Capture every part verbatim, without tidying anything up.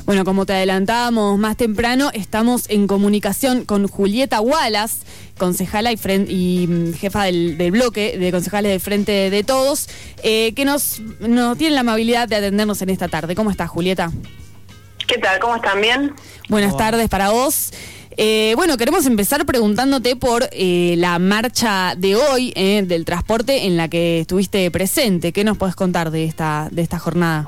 Bueno, como te adelantábamos más temprano, estamos en comunicación con Julieta Wallace, concejala y, fren- y jefa del, del bloque de concejales del Frente de Todos, eh, que nos, nos tiene la amabilidad de atendernos en esta tarde. ¿Cómo estás, Julieta? ¿Qué tal? ¿Cómo están? ¿Bien? Buenas tardes para vos. Eh, bueno, queremos empezar preguntándote por eh, la marcha de hoy eh, del transporte en la que estuviste presente. ¿Qué nos podés contar de esta, de esta jornada?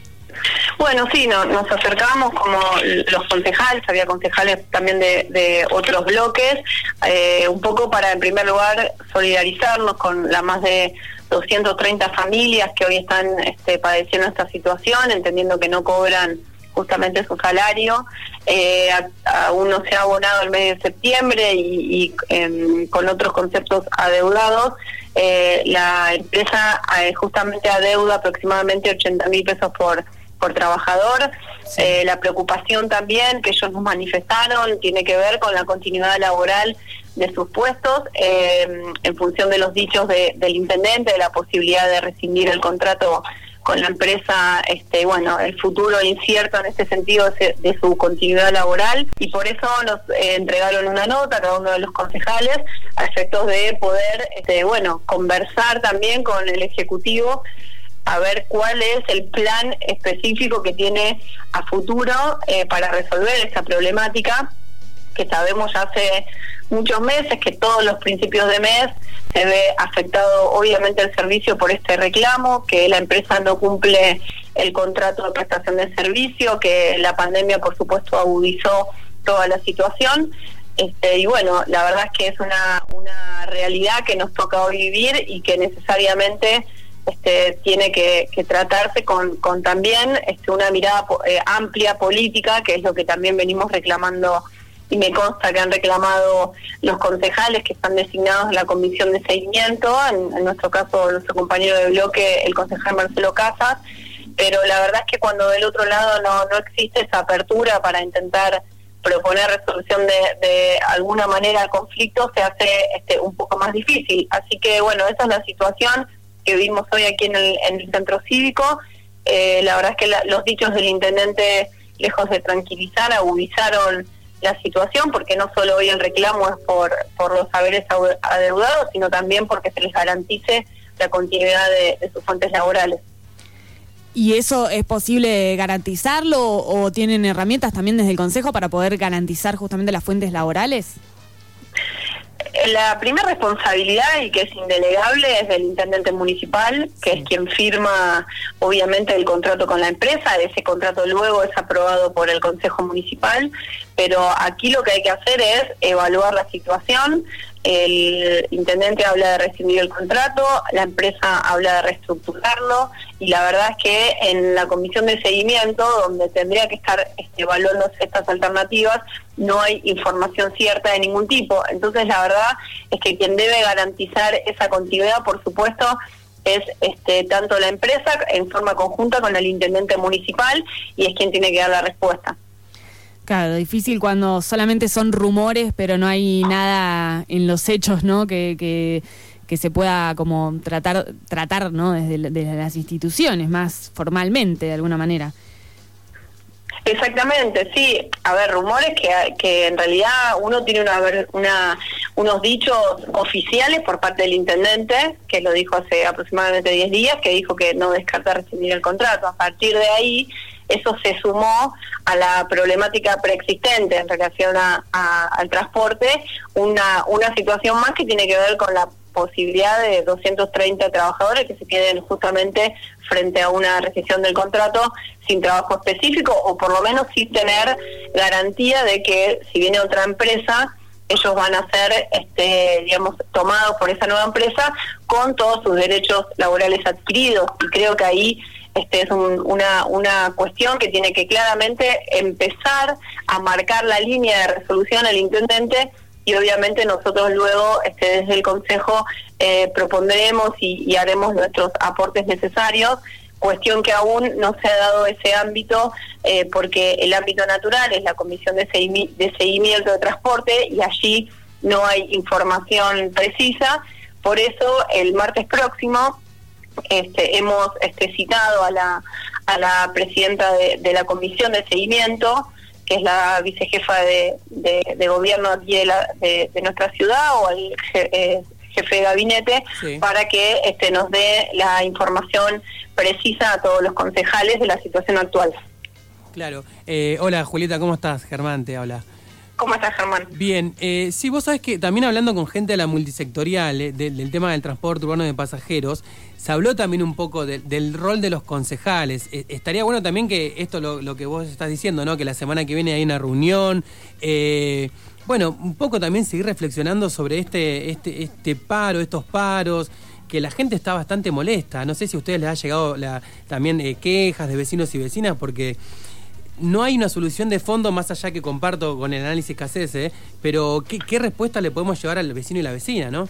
Bueno, sí, no, nos acercamos como los concejales, había concejales también de, de otros bloques, eh, un poco para, en primer lugar, solidarizarnos con las más de doscientas treinta familias que hoy están este, padeciendo esta situación, entendiendo que no cobran justamente su salario. Eh, a, aún no se ha abonado el mes de septiembre y, y eh, con otros conceptos adeudados. Eh, la empresa eh, justamente adeuda aproximadamente ochenta mil pesos por por trabajador. Sí. Eh, la preocupación también que ellos nos manifestaron tiene que ver con la continuidad laboral de sus puestos, eh, en función de los dichos de, del intendente, de la posibilidad de rescindir el contrato con la empresa, este, bueno, el futuro incierto en este sentido de, de su continuidad laboral, y por eso nos eh, entregaron una nota a cada uno de los concejales a efectos de poder, este, bueno, conversar también con el Ejecutivo a ver cuál es el plan específico que tiene a futuro eh, para resolver esta problemática, que sabemos ya hace muchos meses que todos los principios de mes se ve afectado obviamente el servicio por este reclamo, que la empresa no cumple el contrato de prestación de servicio, que la pandemia por supuesto agudizó toda la situación. Este, y bueno, la verdad es que es una, una realidad que nos toca hoy vivir y que necesariamente Este, tiene que, que tratarse con, con también este, una mirada eh, amplia política, que es lo que también venimos reclamando, y me consta que han reclamado los concejales que están designados en la comisión de seguimiento, en, en nuestro caso nuestro compañero de bloque, el concejal Marcelo Casas, pero la verdad es que cuando del otro lado no, no existe esa apertura para intentar proponer resolución de, de alguna manera al conflicto, se hace este, un poco más difícil. Así que bueno, esa es la situación que vimos hoy aquí en el, en el centro cívico. Eh, la verdad es que la, los dichos del intendente, lejos de tranquilizar, agudizaron la situación, porque no solo hoy el reclamo es por, por los haberes adeudados, sino también porque se les garantice la continuidad de, de sus fuentes laborales. ¿Y eso es posible garantizarlo o tienen herramientas también desde el Consejo para poder garantizar justamente las fuentes laborales? La primera responsabilidad, y que es indelegable, es del intendente municipal, que sí. es quien firma obviamente el contrato con la empresa. Ese contrato luego es aprobado por el Consejo Municipal, pero aquí lo que hay que hacer es evaluar la situación. El intendente habla de rescindir el contrato, la empresa habla de reestructurarlo, y la verdad es que en la comisión de seguimiento, donde tendría que estar este, evaluando estas alternativas, no hay información cierta de ningún tipo. Entonces la verdad es que quien debe garantizar esa continuidad, por supuesto, es este, tanto la empresa en forma conjunta con el intendente municipal, y es quien tiene que dar la respuesta. Claro, difícil cuando solamente son rumores, pero no hay nada en los hechos, ¿no? Que, que, que se pueda como tratar, tratar, ¿no? Desde, desde las instituciones, más formalmente, de alguna manera. Exactamente, sí. A ver, rumores que, que en realidad uno tiene una, una unos dichos oficiales por parte del intendente, que lo dijo hace aproximadamente diez días, que dijo que no descarta rescindir el contrato. A partir de ahí, eso se sumó a la problemática preexistente en relación a, a, al transporte, una, una situación más que tiene que ver con la posibilidad de doscientos treinta trabajadores que se queden justamente frente a una rescisión del contrato sin trabajo específico, o por lo menos sin tener garantía de que si viene otra empresa, ellos van a ser, este, digamos, tomados por esa nueva empresa con todos sus derechos laborales adquiridos. Y creo que ahí este es un, una, una cuestión que tiene que claramente empezar a marcar la línea de resolución al intendente, y obviamente nosotros luego este, desde el Consejo eh, propondremos y, y haremos nuestros aportes necesarios, cuestión que aún no se ha dado ese ámbito, eh, porque el ámbito natural es la Comisión de, Segui- de Seguimiento de Transporte, y allí no hay información precisa. Por eso el martes próximo Este, hemos este, citado a la a la presidenta de, de la comisión de seguimiento, que es la vicejefa de, de, de gobierno aquí de, la, de, de nuestra ciudad, o al je, eh, jefe de gabinete, sí, para que este, nos dé la información precisa a todos los concejales de la situación actual. Claro. Eh, hola, Julieta, ¿cómo estás? Germán te habla. ¿Cómo estás, Germán? Bien, eh, sí, vos sabés que también hablando con gente de la multisectorial, eh, de, del tema del transporte urbano de pasajeros, se habló también un poco de, del rol de los concejales. Eh, estaría bueno también que esto, lo, lo que vos estás diciendo, ¿no? Que la semana que viene hay una reunión. Eh, bueno, un poco también seguir reflexionando sobre este, este, este paro, estos paros, que la gente está bastante molesta. No sé si a ustedes les ha llegado la, también eh, quejas de vecinos y vecinas, porque no hay una solución de fondo, más allá que comparto con el análisis que haces, ¿eh? Pero ¿qué, qué respuesta le podemos llevar al vecino y la vecina, no?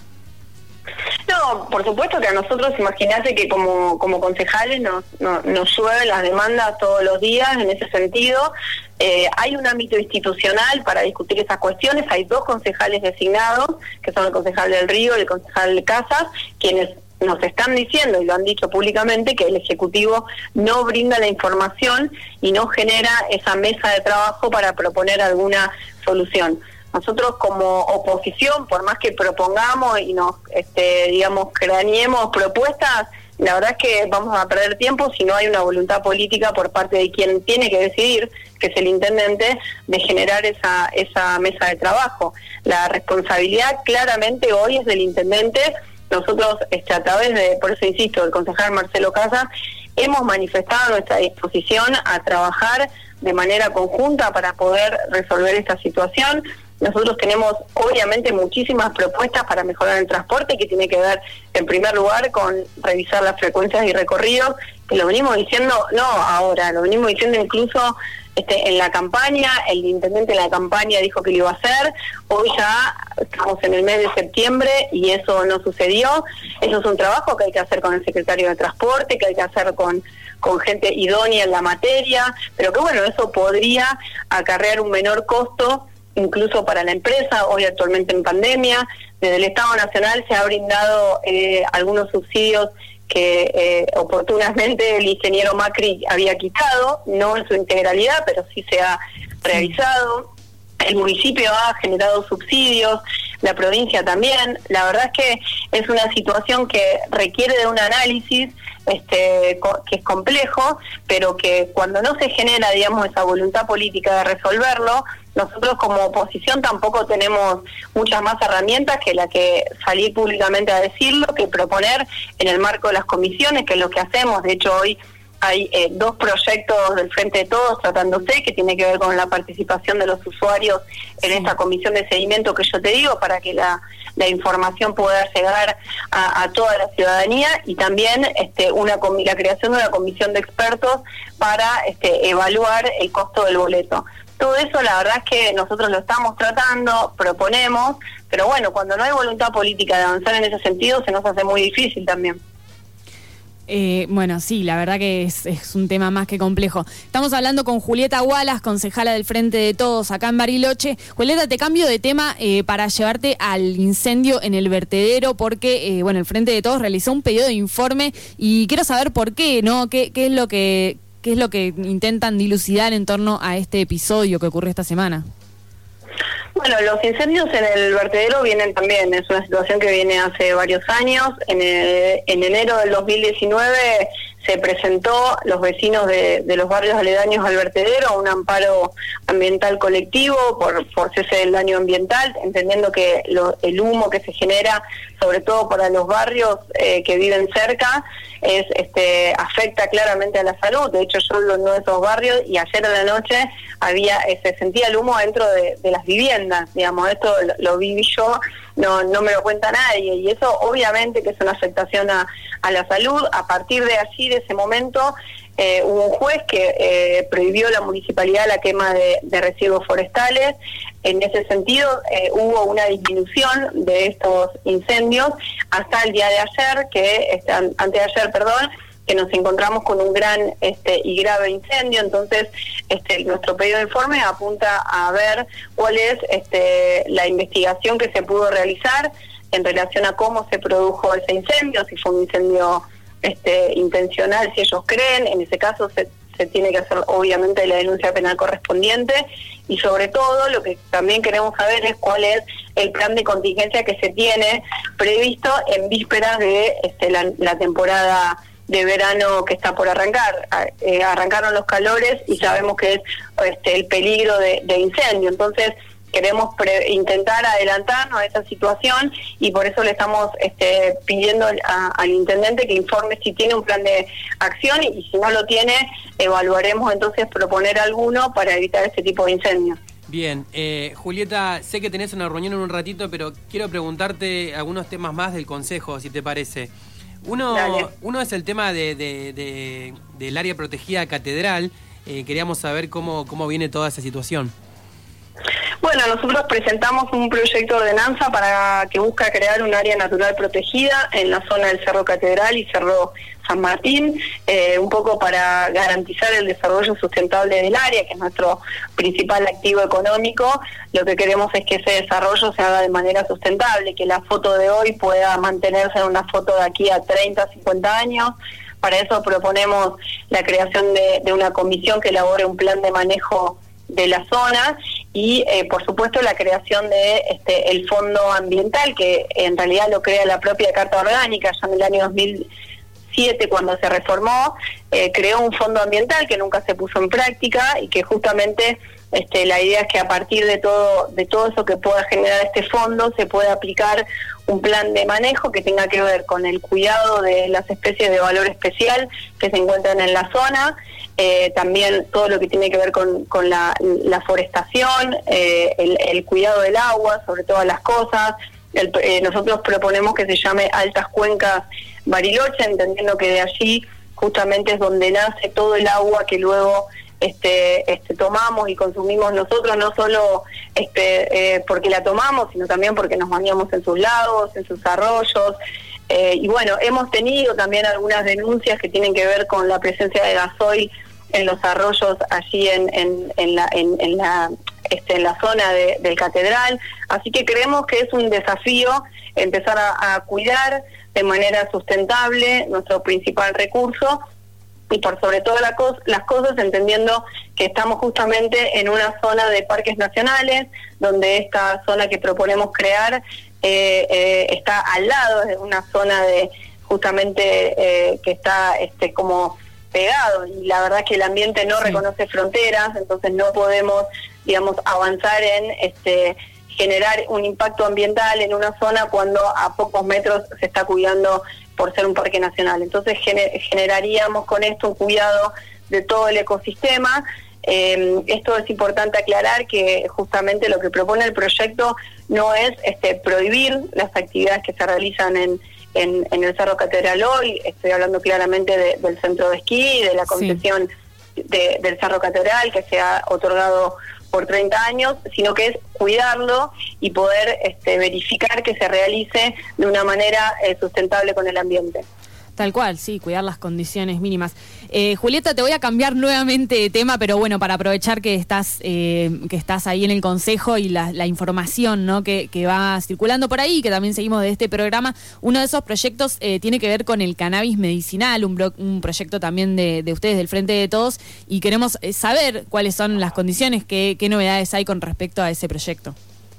No, por supuesto que a nosotros, imagínate que como, como concejales nos, nos, nos llueven las demandas todos los días en ese sentido. Eh, hay un ámbito institucional para discutir esas cuestiones. Hay dos concejales designados, que son el concejal del Río y el concejal de Casas, quienes nos están diciendo, y lo han dicho públicamente, que el Ejecutivo no brinda la información y no genera esa mesa de trabajo para proponer alguna solución. Nosotros como oposición, por más que propongamos y nos, este, digamos, craneemos propuestas, la verdad es que vamos a perder tiempo si no hay una voluntad política por parte de quien tiene que decidir, que es el intendente, de generar esa, esa mesa de trabajo. La responsabilidad claramente hoy es del intendente. Nosotros, este, a través de, por eso insisto, el concejal Marcelo Casas, hemos manifestado nuestra disposición a trabajar de manera conjunta para poder resolver esta situación. Nosotros tenemos obviamente muchísimas propuestas para mejorar el transporte, que tiene que ver en primer lugar con revisar las frecuencias y recorridos, que lo venimos diciendo, no ahora, lo venimos diciendo incluso este, en la campaña. El intendente en la campaña dijo que lo iba a hacer. Hoy ya estamos en el mes de septiembre y eso no sucedió. Eso es un trabajo que hay que hacer con el secretario de Transporte, que hay que hacer con, con gente idónea en la materia, pero que bueno, eso podría acarrear un menor costo incluso para la empresa. Hoy actualmente en pandemia, desde el Estado Nacional se ha brindado eh, algunos subsidios que eh, oportunamente el ingeniero Macri había quitado, no en su integralidad, pero sí se ha realizado. El municipio ha generado subsidios, la provincia también. La verdad es que es una situación que requiere de un análisis este, que es complejo, pero que cuando no se genera, digamos, esa voluntad política de resolverlo, nosotros como oposición tampoco tenemos muchas más herramientas que la que salir públicamente a decirlo, que proponer en el marco de las comisiones, que es lo que hacemos. De hecho, hoy hay eh, dos proyectos del Frente de Todos tratándose, que tiene que ver con la participación de los usuarios en sí. esta comisión de seguimiento que yo te digo, para que la, la información pueda llegar a, a toda la ciudadanía, y también este, una la creación de una comisión de expertos para este, evaluar el costo del boleto. Todo eso la verdad es que nosotros lo estamos tratando, proponemos, pero bueno, cuando no hay voluntad política de avanzar en ese sentido, se nos hace muy difícil también. Eh, bueno, sí, la verdad que es, es un tema más que complejo. Estamos hablando con Julieta Wallace, concejala del Frente de Todos acá en Bariloche. Julieta, te cambio de tema eh, para llevarte al incendio en el vertedero, porque eh, bueno, el Frente de Todos realizó un pedido de informe y quiero saber por qué, ¿no? ¿Qué, qué es lo que qué es lo que intentan dilucidar en torno a este episodio que ocurrió esta semana? Bueno, los incendios en el vertedero vienen también, es una situación que viene hace varios años. En, el, en enero del dos mil diecinueve se presentó los vecinos de, de los barrios aledaños al vertedero un amparo ambiental colectivo por, por cese del daño ambiental, entendiendo que lo, el humo que se genera, sobre todo para los barrios eh, que viven cerca, es este afecta claramente a la salud. De hecho, yo en uno de esos barrios, y ayer a la noche había eh, se sentía el humo dentro de, de las viviendas, digamos, esto lo, lo viví yo, no no me lo cuenta nadie, y eso obviamente que es una afectación a, a la salud. A partir de allí, de ese momento, eh, hubo un juez que eh, prohibió a la municipalidad la quema de, de residuos forestales. En ese sentido, eh, hubo una disminución de estos incendios hasta el día de ayer, que este, antes de ayer, perdón, que nos encontramos con un gran este, y grave incendio. Entonces, este, nuestro pedido de informe apunta a ver cuál es este, la investigación que se pudo realizar en relación a cómo se produjo ese incendio, si fue un incendio este, intencional si ellos creen. En ese caso se, se tiene que hacer obviamente la denuncia penal correspondiente, y sobre todo lo que también queremos saber es cuál es el plan de contingencia que se tiene previsto en vísperas de este, la, la temporada de verano que está por arrancar. Eh, arrancaron los calores y sabemos que es este, el peligro de, de incendio, entonces queremos pre- intentar adelantarnos a esa situación, y por eso le estamos este, pidiendo a, al intendente que informe si tiene un plan de acción, y, y si no lo tiene, evaluaremos entonces proponer alguno para evitar este tipo de incendios. Bien, eh, Julieta, sé que tenés una reunión en un ratito, pero quiero preguntarte algunos temas más del Consejo, si te parece. Uno, uno es el tema de, de, de, del área protegida Catedral. Eh, queríamos saber cómo, cómo viene toda esa situación. Bueno, nosotros presentamos un proyecto de ordenanza para que busca crear un área natural protegida en la zona del Cerro Catedral y Cerro San Martín, eh, un poco para garantizar el desarrollo sustentable del área, que es nuestro principal activo económico. Lo que queremos es que ese desarrollo se haga de manera sustentable, que la foto de hoy pueda mantenerse en una foto de aquí a treinta, cincuenta años. Para eso proponemos la creación de, de una comisión que elabore un plan de manejo de la zona, y eh, por supuesto la creación de este el fondo ambiental, que en realidad lo crea la propia Carta Orgánica. Ya en el año dos mil siete, cuando se reformó, eh, creó un fondo ambiental que nunca se puso en práctica, y que justamente este, la idea es que a partir de todo de todo eso que pueda generar este fondo se pueda aplicar un plan de manejo que tenga que ver con el cuidado de las especies de valor especial que se encuentran en la zona, eh, también todo lo que tiene que ver con, con la, la forestación, eh, el, el cuidado del agua, sobre todas las cosas. El, eh, nosotros proponemos que se llame Altas Cuencas Bariloche, entendiendo que de allí justamente es donde nace todo el agua que luego este, este tomamos y consumimos nosotros, no solo este, eh, porque la tomamos, sino también porque nos bañamos en sus lagos, en sus arroyos. Eh, y bueno, hemos tenido también algunas denuncias que tienen que ver con la presencia de gasoil en los arroyos allí en, en, en la en, en la este, en la zona de, del Catedral, así que creemos que es un desafío empezar a, a cuidar de manera sustentable nuestro principal recurso, y por sobre todas la cos- las cosas entendiendo que estamos justamente en una zona de parques nacionales, donde esta zona que proponemos crear eh, eh, está al lado de una zona de justamente eh, que está este como pegado, y la verdad es que el ambiente no sí. reconoce fronteras, entonces no podemos, digamos, avanzar en este generar un impacto ambiental en una zona cuando a pocos metros se está cuidando por ser un parque nacional. Entonces gener- generaríamos con esto un cuidado de todo el ecosistema. Eh, esto es importante aclarar, que justamente lo que propone el proyecto no es este prohibir las actividades que se realizan en En, en el Cerro Catedral hoy. Estoy hablando claramente de, del centro de esquí, de la concesión sí. de, del Cerro Catedral que se ha otorgado por treinta años, sino que es cuidarlo y poder este, verificar que se realice de una manera eh, sustentable con el ambiente. Tal cual, sí, cuidar las condiciones mínimas. Eh, Julieta, te voy a cambiar nuevamente de tema, pero bueno, para aprovechar que estás eh, que estás ahí en el Consejo y la, la información, ¿no?, que, que va circulando por ahí, que también seguimos de este programa, uno de esos proyectos eh, tiene que ver con el cannabis medicinal, un, blo- un proyecto también de, de ustedes, del Frente de Todos, y queremos eh, saber cuáles son las condiciones, qué, qué novedades hay con respecto a ese proyecto.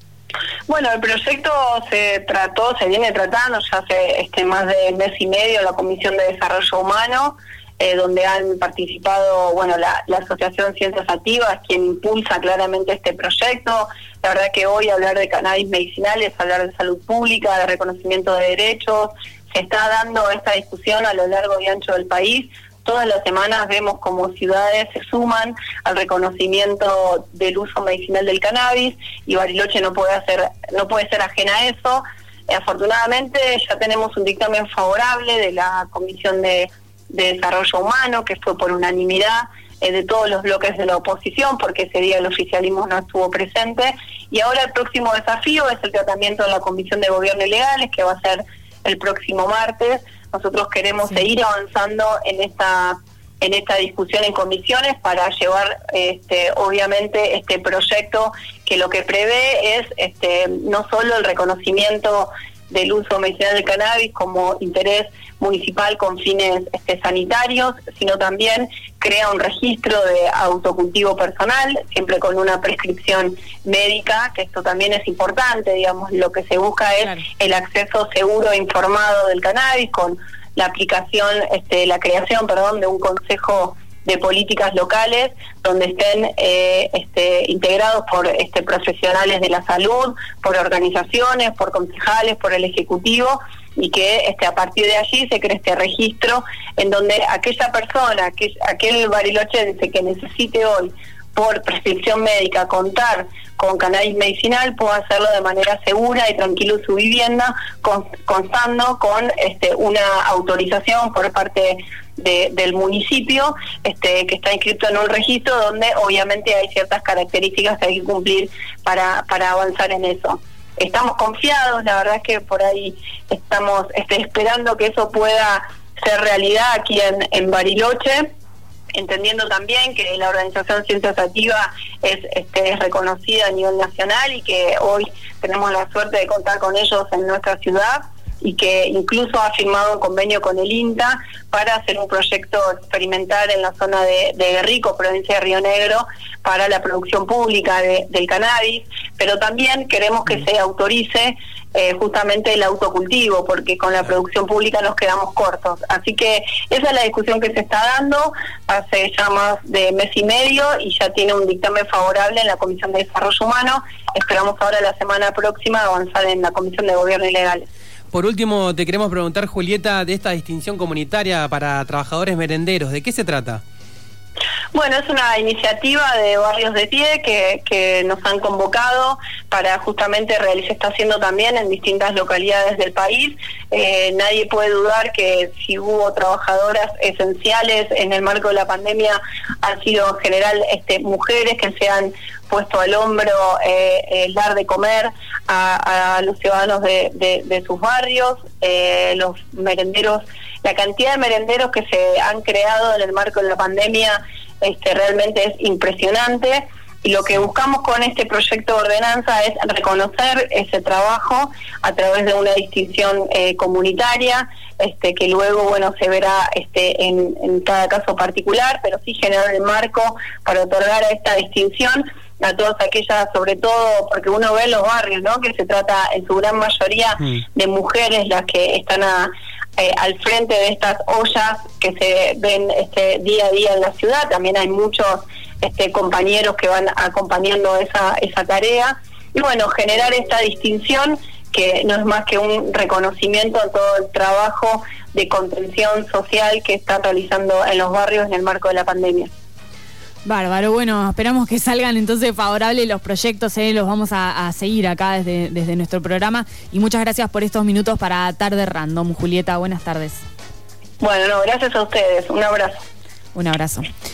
Bueno, el proyecto se trató, se viene tratando ya hace este, más de mes y medio en la Comisión de Desarrollo Humano, eh, donde han participado, bueno, la, la Asociación Ciencias Activas, quien impulsa claramente este proyecto. La verdad que hoy hablar de cannabis medicinal es hablar de salud pública, de reconocimiento de derechos. Se está dando esta discusión a lo largo y ancho del país. Todas las semanas vemos cómo ciudades se suman al reconocimiento del uso medicinal del cannabis, y Bariloche no puede hacer, no puede ser ajena a eso. Eh, afortunadamente ya tenemos un dictamen favorable de la Comisión de, de Desarrollo Humano, que fue por unanimidad eh, de todos los bloques de la oposición, porque ese día el oficialismo no estuvo presente. Y ahora el próximo desafío es el tratamiento en la Comisión de Gobierno y Legales, que va a ser el próximo martes. Nosotros queremos sí. seguir avanzando en esta en esta discusión en comisiones para llevar este obviamente este proyecto, que lo que prevé es este no solo el reconocimiento del uso medicinal del cannabis como interés municipal con fines este, sanitarios, sino también crea un registro de autocultivo personal, siempre con una prescripción médica, que esto también es importante, digamos, lo que se busca es claro. el acceso seguro e informado del cannabis, con la aplicación, este, la creación, perdón, de un consejo de políticas locales donde estén eh, este, integrados por este, profesionales de la salud, por organizaciones, por concejales, por el Ejecutivo, y que este, a partir de allí se cree este registro en donde aquella persona, aquel, aquel barilochense que necesite hoy por prescripción médica contar con cannabis medicinal pueda hacerlo de manera segura y tranquilo en su vivienda, con, constando con este, una autorización por parte de, del municipio este, que está inscrito en un registro donde obviamente hay ciertas características que hay que cumplir para, para avanzar en eso. Estamos confiados, la verdad es que por ahí estamos este, esperando que eso pueda ser realidad aquí en, en Bariloche, entendiendo también que la organización Ciencia Sativa es, este, es reconocida a nivel nacional y que hoy tenemos la suerte de contar con ellos en nuestra ciudad y que incluso ha firmado un convenio con el INTA para hacer un proyecto experimental en la zona de, de Guerrico, provincia de Río Negro, para la producción pública de, del cannabis, pero también queremos que se autorice eh, justamente el autocultivo, porque con la producción pública nos quedamos cortos. Así que esa es la discusión que se está dando hace ya más de mes y medio y ya tiene un dictamen favorable en la Comisión de Desarrollo Humano. Esperamos ahora la semana próxima avanzar en la Comisión de Gobierno y Legales. Por último, te queremos preguntar, Julieta, de esta distinción comunitaria para trabajadores merenderos. ¿De qué se trata? Bueno, es una iniciativa de Barrios de Pie que, que nos han convocado para justamente realizar, está haciendo también en distintas localidades del país. Eh, nadie puede dudar que si hubo trabajadoras esenciales en el marco de la pandemia, han sido en general este, mujeres que se han puesto al hombro eh, el dar de comer a, a los ciudadanos de, de, de sus barrios, eh, los merenderos. La cantidad de merenderos que se han creado en el marco de la pandemia este, realmente es impresionante y lo que buscamos con este proyecto de ordenanza es reconocer ese trabajo a través de una distinción eh, comunitaria este, que luego bueno se verá este, en, en cada caso particular, pero sí generar el marco para otorgar a esta distinción a todas aquellas, sobre todo porque uno ve en los barrios, ¿no? Que se trata en su gran mayoría mm. de mujeres las que están a Eh, al frente de estas ollas que se ven este día a día en la ciudad. También hay muchos este, compañeros que van acompañando esa, esa tarea y bueno, generar esta distinción que no es más que un reconocimiento a todo el trabajo de contención social que están realizando en los barrios en el marco de la pandemia. Bárbaro, bueno, esperamos que salgan entonces favorables los proyectos, eh, los vamos a, a seguir acá desde, desde nuestro programa y muchas gracias por estos minutos para Tarde Random. Julieta, buenas tardes. Bueno, no, gracias a ustedes, un abrazo. Un abrazo.